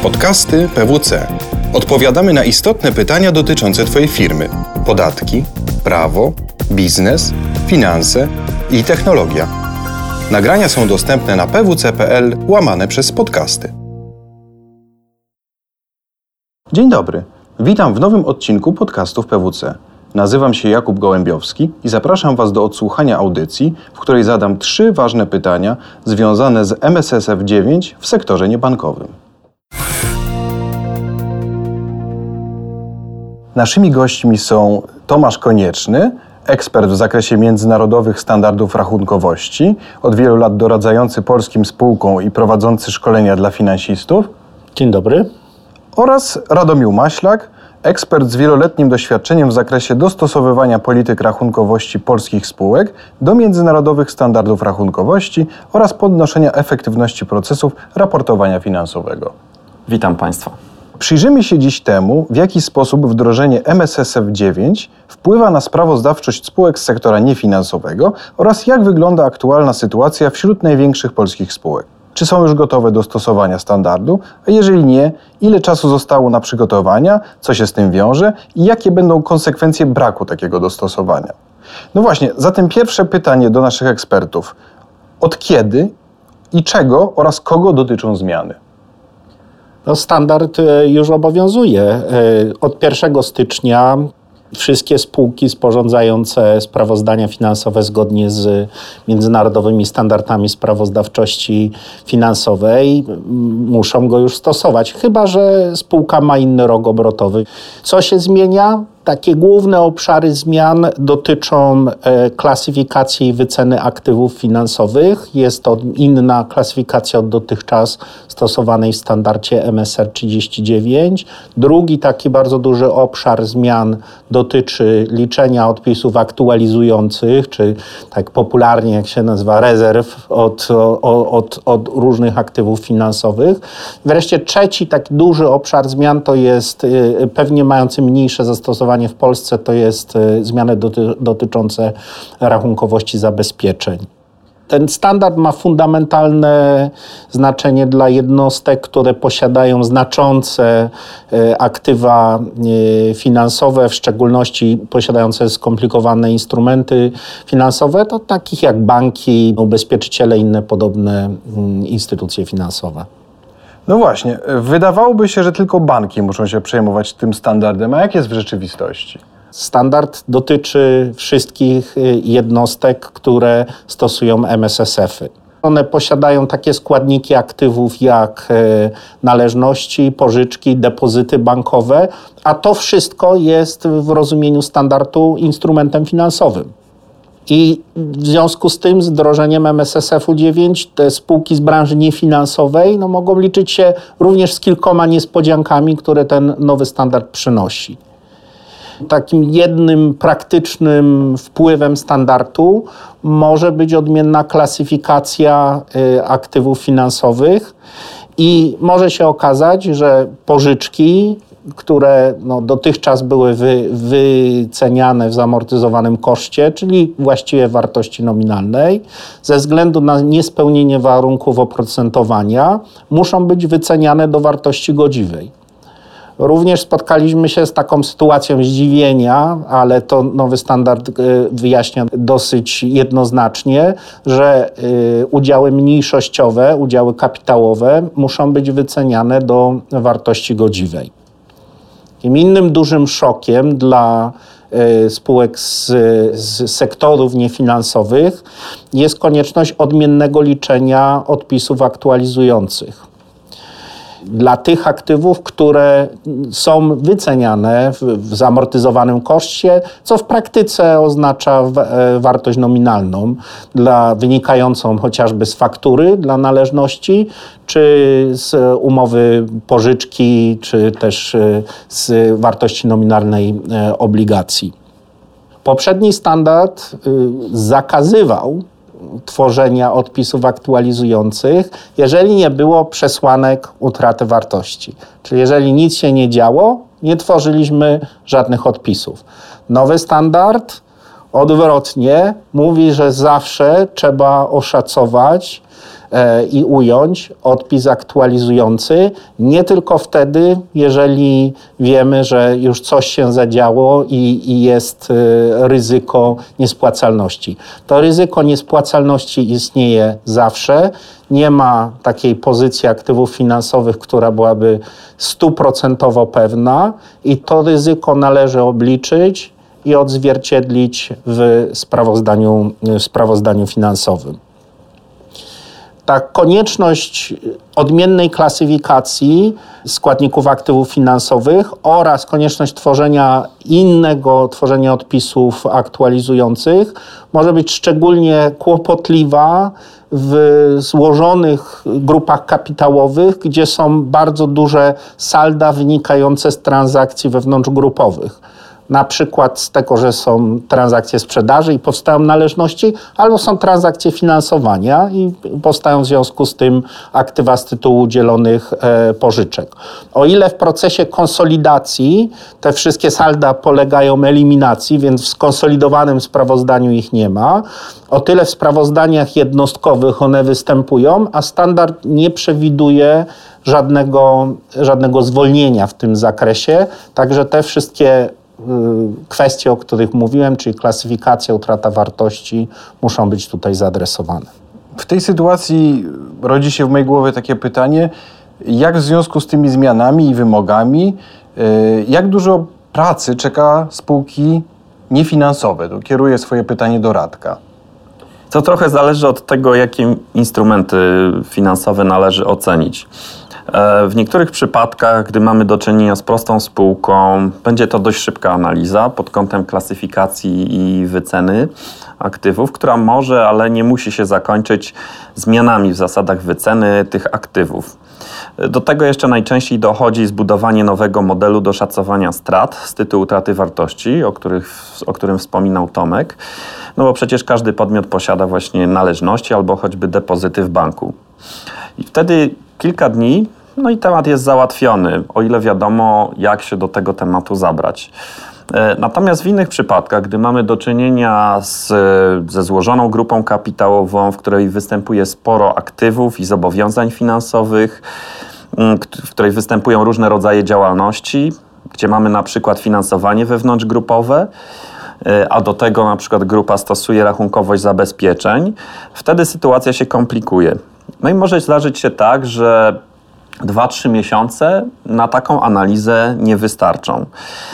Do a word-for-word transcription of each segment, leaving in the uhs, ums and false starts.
Podcasty P W C. Odpowiadamy na istotne pytania dotyczące Twojej firmy. Podatki, prawo, biznes, finanse i technologia. Nagrania są dostępne na p w c kropka p l łamane przez podcasty. Dzień dobry. Witam w nowym odcinku podcastów P W C. Nazywam się Jakub Gołębiowski i zapraszam Was do odsłuchania audycji, w której zadam trzy ważne pytania związane z M S S F dziewięć w sektorze niebankowym. Naszymi gośćmi są Tomasz Konieczny, ekspert w zakresie międzynarodowych standardów rachunkowości, od wielu lat doradzający polskim spółkom i prowadzący szkolenia dla finansistów. Dzień dobry. Oraz Radomił Maślak, ekspert z wieloletnim doświadczeniem w zakresie dostosowywania polityk rachunkowości polskich spółek do międzynarodowych standardów rachunkowości oraz podnoszenia efektywności procesów raportowania finansowego. Witam Państwa. Przyjrzymy się dziś temu, w jaki sposób wdrożenie M S S F dziewięć wpływa na sprawozdawczość spółek z sektora niefinansowego oraz jak wygląda aktualna sytuacja wśród największych polskich spółek. Czy są już gotowe do stosowania standardu? A jeżeli nie, ile czasu zostało na przygotowania, co się z tym wiąże i jakie będą konsekwencje braku takiego dostosowania? No właśnie, zatem pierwsze pytanie do naszych ekspertów. Od kiedy i czego oraz kogo dotyczą zmiany? No, standard już obowiązuje. Od pierwszego stycznia wszystkie spółki sporządzające sprawozdania finansowe zgodnie z międzynarodowymi standardami sprawozdawczości finansowej muszą go już stosować, chyba że spółka ma inny rok obrotowy. Co się zmienia? Takie główne obszary zmian dotyczą e, klasyfikacji i wyceny aktywów finansowych. Jest to inna klasyfikacja od dotychczas stosowanej w standardzie M S R trzydzieści dziewięć. Drugi taki bardzo duży obszar zmian dotyczy liczenia odpisów aktualizujących, czy tak popularnie jak się nazywa rezerw od, od, od różnych aktywów finansowych. Wreszcie trzeci taki duży obszar zmian to jest e, pewnie mający mniejsze zastosowanie w Polsce, to jest zmiany doty- dotyczące rachunkowości zabezpieczeń. Ten standard ma fundamentalne znaczenie dla jednostek, które posiadają znaczące aktywa finansowe, w szczególności posiadające skomplikowane instrumenty finansowe, to takich jak banki, ubezpieczyciele i inne podobne instytucje finansowe. No właśnie, wydawałoby się, że tylko banki muszą się przejmować tym standardem, a jak jest w rzeczywistości? Standard dotyczy wszystkich jednostek, które stosują M S S F-y. One posiadają takie składniki aktywów jak należności, pożyczki, depozyty bankowe, a to wszystko jest w rozumieniu standardu instrumentem finansowym. I w związku z tym, z wdrożeniem M S S F dziewięć, te spółki z branży niefinansowej no, mogą liczyć się również z kilkoma niespodziankami, które ten nowy standard przynosi. Takim jednym praktycznym wpływem standardu może być odmienna klasyfikacja y, aktywów finansowych i może się okazać, że pożyczki, które no, dotychczas były wy, wyceniane w zamortyzowanym koszcie, czyli właściwie wartości nominalnej, ze względu na niespełnienie warunków oprocentowania, muszą być wyceniane do wartości godziwej. Również spotkaliśmy się z taką sytuacją zdziwienia, ale to nowy standard wyjaśnia dosyć jednoznacznie, że udziały mniejszościowe, udziały kapitałowe muszą być wyceniane do wartości godziwej. Takim innym dużym szokiem dla spółek z, z sektorów niefinansowych jest konieczność odmiennego liczenia odpisów aktualizujących. Dla tych aktywów, które są wyceniane w, w zamortyzowanym koszcie, co w praktyce oznacza w, e, wartość nominalną, dla, wynikającą chociażby z faktury dla należności, czy z umowy pożyczki, czy też e, z wartości nominalnej e, obligacji. Poprzedni standard e, zakazywał tworzenia odpisów aktualizujących, jeżeli nie było przesłanek utraty wartości. Czyli jeżeli nic się nie działo, nie tworzyliśmy żadnych odpisów. Nowy standard odwrotnie mówi, że zawsze trzeba oszacować i ująć odpis aktualizujący nie tylko wtedy, jeżeli wiemy, że już coś się zadziało i, i jest ryzyko niespłacalności. To ryzyko niespłacalności istnieje zawsze. Nie ma takiej pozycji aktywów finansowych, która byłaby stuprocentowo pewna i to ryzyko należy obliczyć i odzwierciedlić w sprawozdaniu, w sprawozdaniu finansowym. Ta konieczność odmiennej klasyfikacji składników aktywów finansowych oraz konieczność tworzenia innego, tworzenia odpisów aktualizujących może być szczególnie kłopotliwa w złożonych grupach kapitałowych, gdzie są bardzo duże salda wynikające z transakcji wewnątrzgrupowych. Na przykład z tego, że są transakcje sprzedaży i powstają należności, albo są transakcje finansowania i powstają w związku z tym aktywa z tytułu udzielonych e, pożyczek. O ile w procesie konsolidacji te wszystkie salda polegają eliminacji, więc w skonsolidowanym sprawozdaniu ich nie ma, o tyle w sprawozdaniach jednostkowych one występują, a standard nie przewiduje żadnego, żadnego zwolnienia w tym zakresie, także te wszystkie kwestie, o których mówiłem, czyli klasyfikacja, utrata wartości, muszą być tutaj zaadresowane. W tej sytuacji rodzi się w mojej głowie takie pytanie, jak w związku z tymi zmianami i wymogami, jak dużo pracy czeka spółki niefinansowe? Tu kieruję swoje pytanie do Radka. To trochę zależy od tego, jakie instrumenty finansowe należy ocenić. W niektórych przypadkach, gdy mamy do czynienia z prostą spółką, będzie to dość szybka analiza pod kątem klasyfikacji i wyceny aktywów, która może, ale nie musi się zakończyć zmianami w zasadach wyceny tych aktywów. Do tego jeszcze najczęściej dochodzi zbudowanie nowego modelu do szacowania strat z tytułu utraty wartości, o, których, o którym wspominał Tomek. No bo przecież każdy podmiot posiada właśnie należności albo choćby depozyty w banku. I wtedy kilka dni, no i temat jest załatwiony, o ile wiadomo, jak się do tego tematu zabrać. Natomiast w innych przypadkach, gdy mamy do czynienia z, ze złożoną grupą kapitałową, w której występuje sporo aktywów i zobowiązań finansowych, w której występują różne rodzaje działalności, gdzie mamy na przykład finansowanie wewnątrzgrupowe, a do tego na przykład grupa stosuje rachunkowość zabezpieczeń, wtedy sytuacja się komplikuje. No i może zdarzyć się tak, że dwa trzy miesiące na taką analizę nie wystarczą.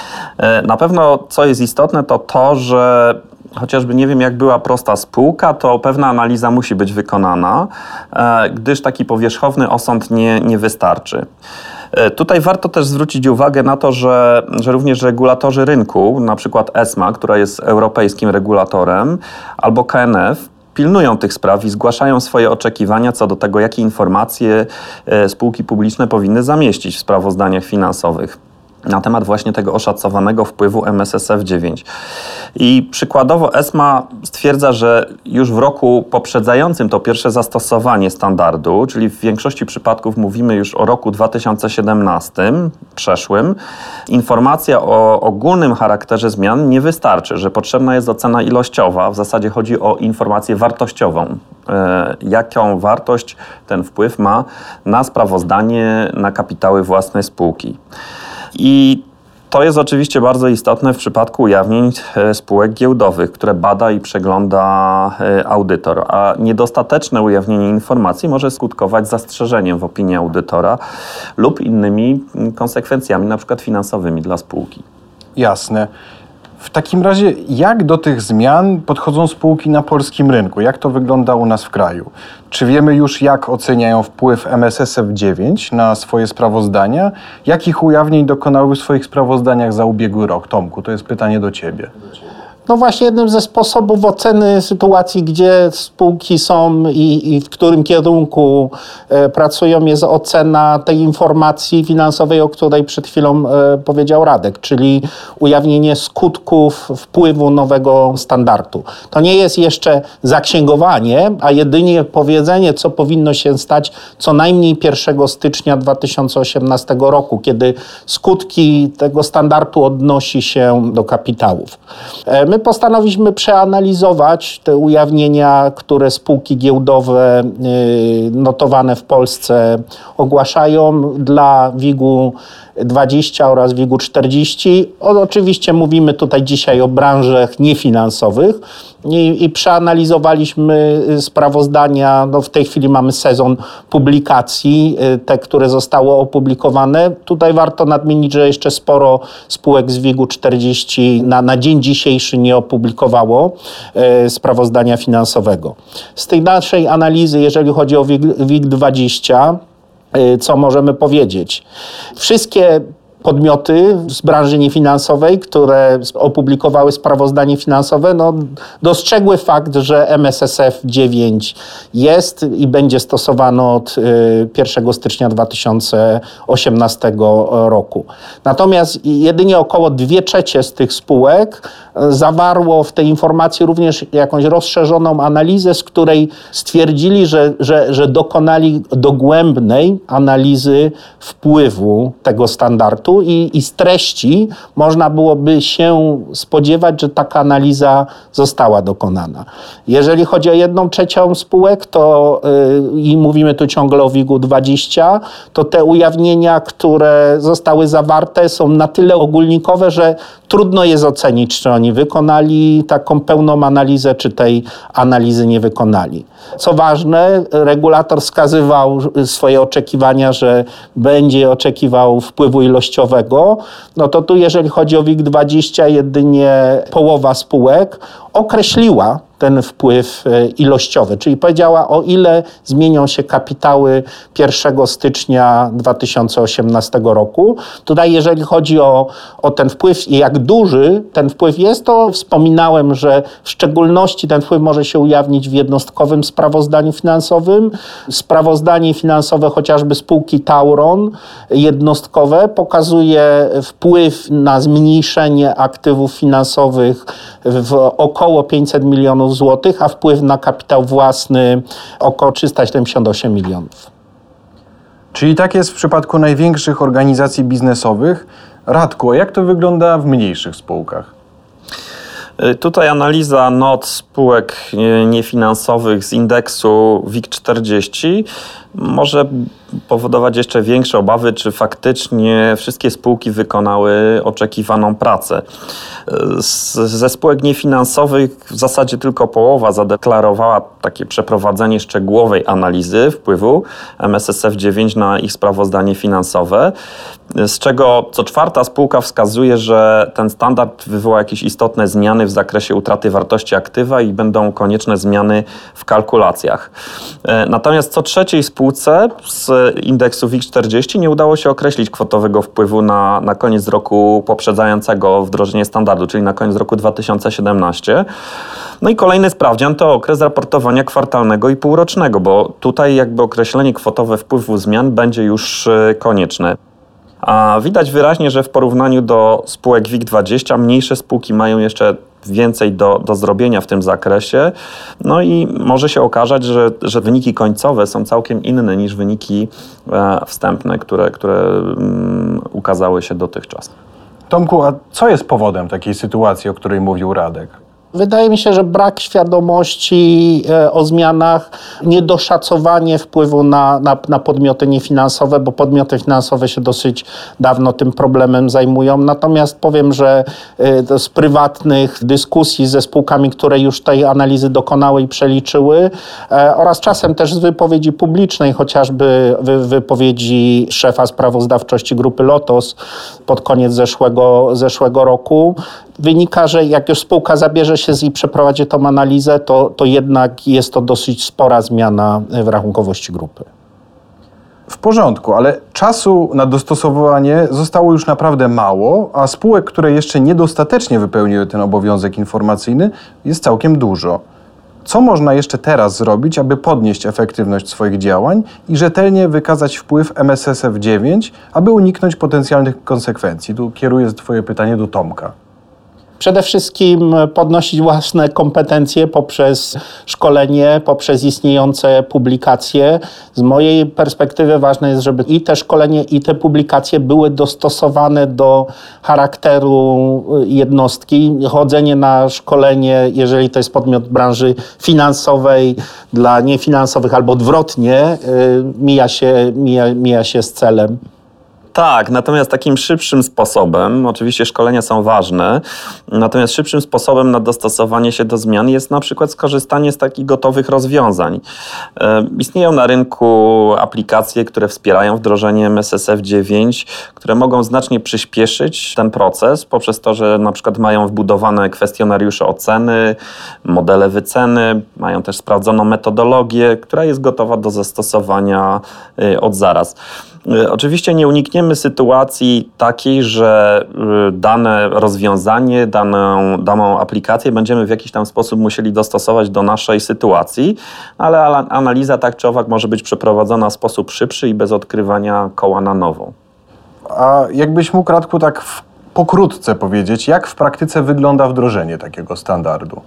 Na pewno, co jest istotne, to to, że chociażby nie wiem, jak była prosta spółka, to pewna analiza musi być wykonana, gdyż taki powierzchowny osąd nie, nie wystarczy. Tutaj warto też zwrócić uwagę na to, że, że również regulatorzy rynku, na przykład ESMA, która jest europejskim regulatorem, albo K N F, pilnują tych spraw i zgłaszają swoje oczekiwania co do tego, jakie informacje spółki publiczne powinny zamieścić w sprawozdaniach finansowych na temat właśnie tego oszacowanego wpływu M S S F dziewięć. I przykładowo ESMA stwierdza, że już w roku poprzedzającym to pierwsze zastosowanie standardu, czyli w większości przypadków mówimy już o roku dwa tysiące siedemnastym, przeszłym, informacja o ogólnym charakterze zmian nie wystarczy, że potrzebna jest ocena ilościowa. W zasadzie chodzi o informację wartościową. E, jaką wartość ten wpływ ma na sprawozdanie, na kapitały własne spółki. I to jest oczywiście bardzo istotne w przypadku ujawnień spółek giełdowych, które bada i przegląda audytor, a niedostateczne ujawnienie informacji może skutkować zastrzeżeniem w opinii audytora lub innymi konsekwencjami, na przykład finansowymi dla spółki. Jasne. W takim razie, jak do tych zmian podchodzą spółki na polskim rynku? Jak to wygląda u nas w kraju? Czy wiemy już, jak oceniają wpływ M S S F dziewięć na swoje sprawozdania? Jakich ujawnień dokonały w swoich sprawozdaniach za ubiegły rok? Tomku, to jest pytanie do Ciebie. No właśnie jednym ze sposobów oceny sytuacji, gdzie spółki są i, i w którym kierunku e, pracują, jest ocena tej informacji finansowej, o której przed chwilą e, powiedział Radek, czyli ujawnienie skutków wpływu nowego standardu. To nie jest jeszcze zaksięgowanie, a jedynie powiedzenie, co powinno się stać co najmniej pierwszego stycznia dwa tysiące osiemnastego roku, kiedy skutki tego standardu odnosi się do kapitałów. E, my My postanowiliśmy przeanalizować te ujawnienia, które spółki giełdowe notowane w Polsce ogłaszają dla WIG-u dwadzieścia oraz WIG-u czterdzieści. O, oczywiście mówimy tutaj dzisiaj o branżach niefinansowych i, i przeanalizowaliśmy sprawozdania. No w tej chwili mamy sezon publikacji, te, które zostały opublikowane. Tutaj warto nadmienić, że jeszcze sporo spółek z WIG-u czterdzieści na, na dzień dzisiejszy nie opublikowało e, sprawozdania finansowego. Z tej naszej analizy, jeżeli chodzi o WIG dwadzieścia, co możemy powiedzieć? Wszystkie podmioty z branży niefinansowej, które opublikowały sprawozdanie finansowe, no, dostrzegły fakt, że M S S F dziewięć jest i będzie stosowano od pierwszego stycznia dwa tysiące osiemnastego roku. Natomiast jedynie około dwie trzecie z tych spółek zawarło w tej informacji również jakąś rozszerzoną analizę, z której stwierdzili, że, że, że dokonali dogłębnej analizy wpływu tego standardu i, i z treści można byłoby się spodziewać, że taka analiza została dokonana. Jeżeli chodzi o jedną trzecią spółek, to yy, i mówimy tu ciągle o WIG-u dwadzieścia, to te ujawnienia, które zostały zawarte, są na tyle ogólnikowe, że trudno jest ocenić, czy oni wykonali taką pełną analizę, czy tej analizy nie wykonali. Co ważne, regulator wskazywał swoje oczekiwania, że będzie oczekiwał wpływu ilościowego. No to tu, jeżeli chodzi o WIG dwadzieścia, jedynie połowa spółek określiła ten wpływ ilościowy, czyli powiedziała, o ile zmienią się kapitały pierwszego stycznia dwa tysiące osiemnastego roku. Tutaj jeżeli chodzi o, o ten wpływ i jak duży ten wpływ jest, to wspominałem, że w szczególności ten wpływ może się ujawnić w jednostkowym sprawozdaniu finansowym. Sprawozdanie finansowe chociażby spółki Tauron jednostkowe pokazuje wpływ na zmniejszenie aktywów finansowych w około pięćset milionów złotych, a wpływ na kapitał własny około trzysta siedemdziesiąt osiem milionów. Czyli tak jest w przypadku największych organizacji biznesowych. Radku, a jak to wygląda w mniejszych spółkach? Tutaj analiza not spółek niefinansowych z indeksu WIG czterdzieści może powodować jeszcze większe obawy, czy faktycznie wszystkie spółki wykonały oczekiwaną pracę. Z, ze spółek niefinansowych w zasadzie tylko połowa zadeklarowała takie przeprowadzenie szczegółowej analizy wpływu M S S F dziewięć na ich sprawozdanie finansowe, z czego co czwarta spółka wskazuje, że ten standard wywoła jakieś istotne zmiany w zakresie utraty wartości aktywa i będą konieczne zmiany w kalkulacjach. Natomiast co trzeciej spółce z indeksu WIG czterdzieści nie udało się określić kwotowego wpływu na, na koniec roku poprzedzającego wdrożenie standardu, czyli na koniec roku dwa tysiące siedemnastego. No i kolejny sprawdzian to okres raportowania kwartalnego i półrocznego, bo tutaj jakby określenie kwotowe wpływu zmian będzie już konieczne. A widać wyraźnie, że w porównaniu do spółek WIG dwadzieścia mniejsze spółki mają jeszcze więcej do, do zrobienia w tym zakresie. No i może się okazać, że, że wyniki końcowe są całkiem inne niż wyniki e, wstępne, które, które um, ukazały się dotychczas. Tomku, a co jest powodem takiej sytuacji, o której mówił Radek? Wydaje mi się, że brak świadomości o zmianach, niedoszacowanie wpływu na, na, na podmioty niefinansowe, bo podmioty finansowe się dosyć dawno tym problemem zajmują. Natomiast powiem, że z prywatnych dyskusji ze spółkami, które już tej analizy dokonały i przeliczyły, oraz czasem też z wypowiedzi publicznej, chociażby wy, wypowiedzi szefa sprawozdawczości grupy Lotos pod koniec zeszłego, zeszłego roku, wynika, że jak już spółka zabierze się i przeprowadzi tą analizę, to, to jednak jest to dosyć spora zmiana w rachunkowości grupy. W porządku, ale czasu na dostosowanie zostało już naprawdę mało, a spółek, które jeszcze niedostatecznie wypełniły ten obowiązek informacyjny, jest całkiem dużo. Co można jeszcze teraz zrobić, aby podnieść efektywność swoich działań i rzetelnie wykazać wpływ M S S F dziewięć, aby uniknąć potencjalnych konsekwencji? Tu kieruję Twoje pytanie do Tomka. Przede wszystkim podnosić własne kompetencje poprzez szkolenie, poprzez istniejące publikacje. Z mojej perspektywy ważne jest, żeby i te szkolenie, i te publikacje były dostosowane do charakteru jednostki. Chodzenie na szkolenie, jeżeli to jest podmiot branży finansowej, dla niefinansowych albo odwrotnie, mija się, mija, mija się z celem. Tak, natomiast takim szybszym sposobem, oczywiście szkolenia są ważne, natomiast szybszym sposobem na dostosowanie się do zmian jest na przykład skorzystanie z takich gotowych rozwiązań. E, istnieją na rynku aplikacje, które wspierają wdrożenie M S S F dziewięć, które mogą znacznie przyspieszyć ten proces poprzez to, że na przykład mają wbudowane kwestionariusze oceny, modele wyceny, mają też sprawdzoną metodologię, która jest gotowa do zastosowania y, od zaraz. Oczywiście nie unikniemy sytuacji takiej, że dane rozwiązanie, daną, daną aplikację będziemy w jakiś tam sposób musieli dostosować do naszej sytuacji, ale analiza tak czy owak może być przeprowadzona w sposób szybszy i bez odkrywania koła na nowo. A jakbyś mógł, Radku, tak w, pokrótce powiedzieć, jak w praktyce wygląda wdrożenie takiego standardu?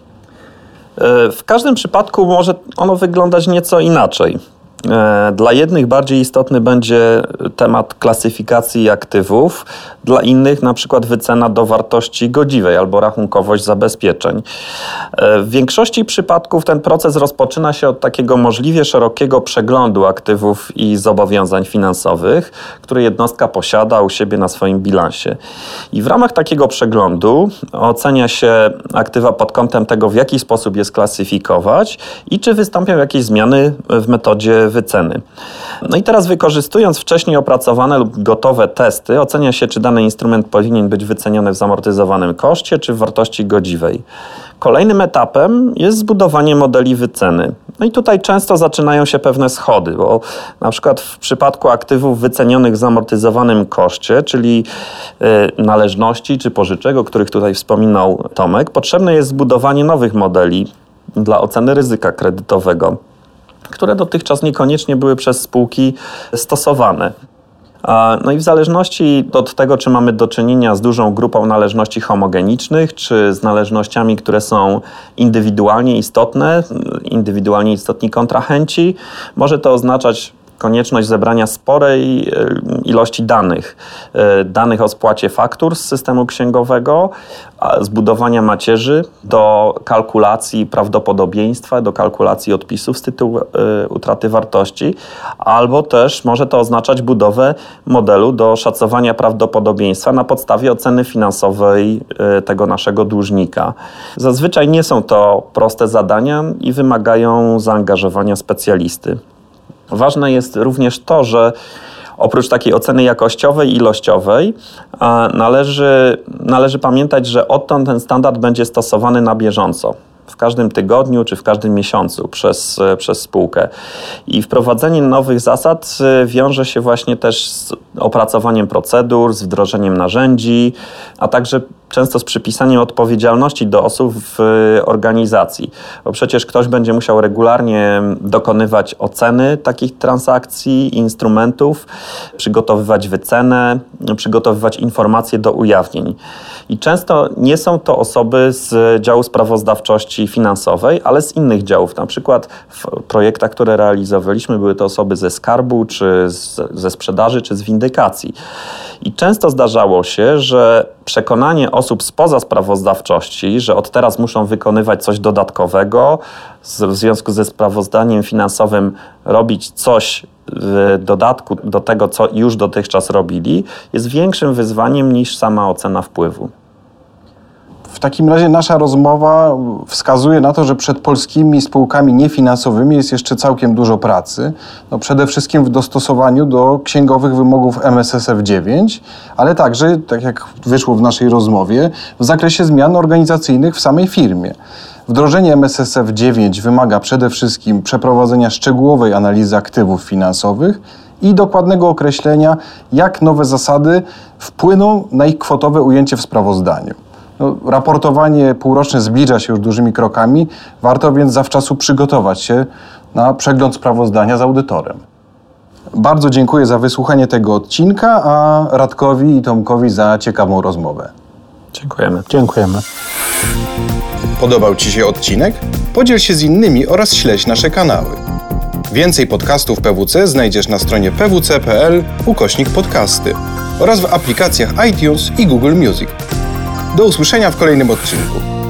W każdym przypadku może ono wyglądać nieco inaczej. Dla jednych bardziej istotny będzie temat klasyfikacji aktywów, dla innych na przykład wycena do wartości godziwej albo rachunkowość zabezpieczeń. W większości przypadków ten proces rozpoczyna się od takiego możliwie szerokiego przeglądu aktywów i zobowiązań finansowych, które jednostka posiada u siebie na swoim bilansie. I w ramach takiego przeglądu ocenia się aktywa pod kątem tego, w jaki sposób je sklasyfikować i czy wystąpią jakieś zmiany w metodzie wyceny. No i teraz, wykorzystując wcześniej opracowane lub gotowe testy, ocenia się, czy dany instrument powinien być wyceniony w zamortyzowanym koszcie, czy w wartości godziwej. Kolejnym etapem jest zbudowanie modeli wyceny. No i tutaj często zaczynają się pewne schody, bo na przykład w przypadku aktywów wycenionych w zamortyzowanym koszcie, czyli y, należności czy pożyczek, o których tutaj wspominał Tomek, potrzebne jest zbudowanie nowych modeli dla oceny ryzyka kredytowego, które dotychczas niekoniecznie były przez spółki stosowane. No i w zależności od tego, czy mamy do czynienia z dużą grupą należności homogenicznych, czy z należnościami, które są indywidualnie istotne, indywidualnie istotni kontrahenci, może to oznaczać konieczność zebrania sporej ilości danych. Danych o spłacie faktur z systemu księgowego, zbudowania macierzy do kalkulacji prawdopodobieństwa, do kalkulacji odpisów z tytułu utraty wartości, albo też może to oznaczać budowę modelu do szacowania prawdopodobieństwa na podstawie oceny finansowej tego naszego dłużnika. Zazwyczaj nie są to proste zadania i wymagają zaangażowania specjalisty. Ważne jest również to, że oprócz takiej oceny jakościowej i ilościowej należy, należy pamiętać, że odtąd ten standard będzie stosowany na bieżąco. W każdym tygodniu czy w każdym miesiącu przez, przez spółkę. I wprowadzenie nowych zasad wiąże się właśnie też z opracowaniem procedur, z wdrożeniem narzędzi, a także często z przypisaniem odpowiedzialności do osób w organizacji. Bo przecież ktoś będzie musiał regularnie dokonywać oceny takich transakcji, instrumentów, przygotowywać wycenę, przygotowywać informacje do ujawnień. I często nie są to osoby z działu sprawozdawczości finansowej, ale z innych działów. Na przykład w projektach, które realizowaliśmy, były to osoby ze skarbu, czy z, ze sprzedaży, czy z windykacji. I często zdarzało się, że przekonanie osób spoza sprawozdawczości, że od teraz muszą wykonywać coś dodatkowego, w związku ze sprawozdaniem finansowym robić coś w dodatku do tego, co już dotychczas robili, jest większym wyzwaniem niż sama ocena wpływu. W takim razie nasza rozmowa wskazuje na to, że przed polskimi spółkami niefinansowymi jest jeszcze całkiem dużo pracy. No przede wszystkim w dostosowaniu do księgowych wymogów M S S F dziewięć, ale także, tak jak wyszło w naszej rozmowie, w zakresie zmian organizacyjnych w samej firmie. Wdrożenie M S S F dziewięć wymaga przede wszystkim przeprowadzenia szczegółowej analizy aktywów finansowych i dokładnego określenia, jak nowe zasady wpłyną na ich kwotowe ujęcie w sprawozdaniu. No, raportowanie półroczne zbliża się już dużymi krokami, warto więc zawczasu przygotować się na przegląd sprawozdania z audytorem. Bardzo dziękuję za wysłuchanie tego odcinka, a Radkowi i Tomkowi za ciekawą rozmowę. Dziękujemy. Dziękujemy. Podobał Ci się odcinek? Podziel się z innymi oraz śledź nasze kanały. Więcej podcastów P W C znajdziesz na stronie p w c kropka p l ukośnik podcasty oraz w aplikacjach iTunes i Google Music. Do usłyszenia w kolejnym odcinku.